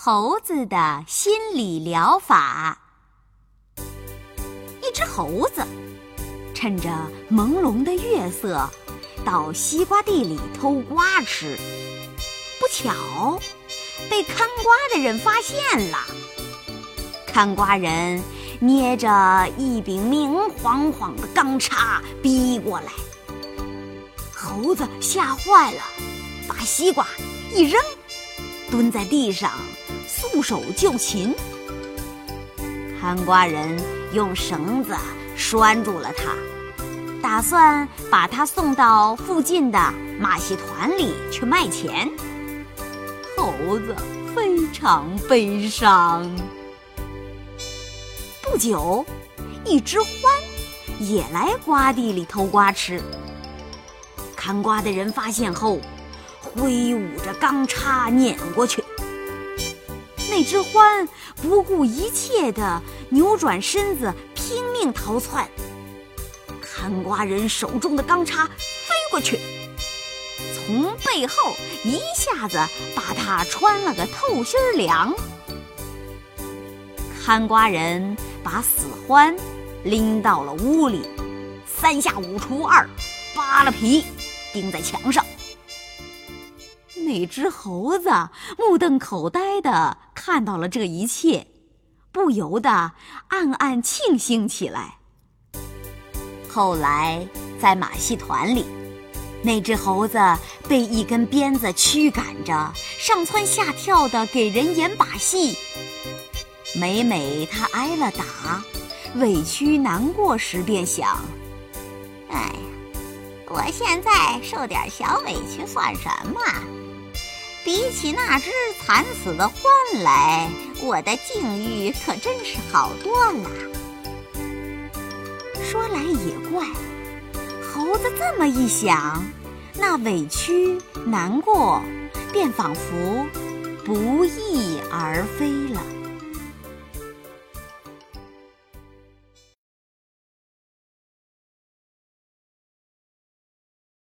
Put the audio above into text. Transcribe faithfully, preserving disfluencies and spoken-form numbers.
猴子的心理疗法。一只猴子趁着朦胧的月色到西瓜地里偷瓜吃，不巧被看瓜的人发现了。看瓜人捏着一柄明晃晃的钢叉逼过来，猴子吓坏了，把西瓜一扔，蹲在地上束手就擒。看瓜人用绳子拴住了他，打算把他送到附近的马戏团里去卖钱。猴子非常悲伤。不久，一只獾也来瓜地里偷瓜吃。看瓜的人发现后，挥舞着钢叉撵过去。那只獾不顾一切地扭转身子，拼命逃窜。看瓜人手中的钢叉飞过去，从背后一下子把他穿了个透心凉。看瓜人把死獾拎到了屋里，三下五除二扒了皮钉在墙上。那只猴子目瞪口呆地看到了这一切，不由得暗暗庆幸起来。后来在马戏团里，那只猴子被一根鞭子驱赶着，上蹿下跳地给人演把戏。每每他挨了打，委屈难过时，便想：哎呀，我现在受点小委屈算什么？比起那只惨死的獾来，我的境遇可真是好多了。说来也怪，猴子这么一想，那委屈难过便仿佛不翼而飞了。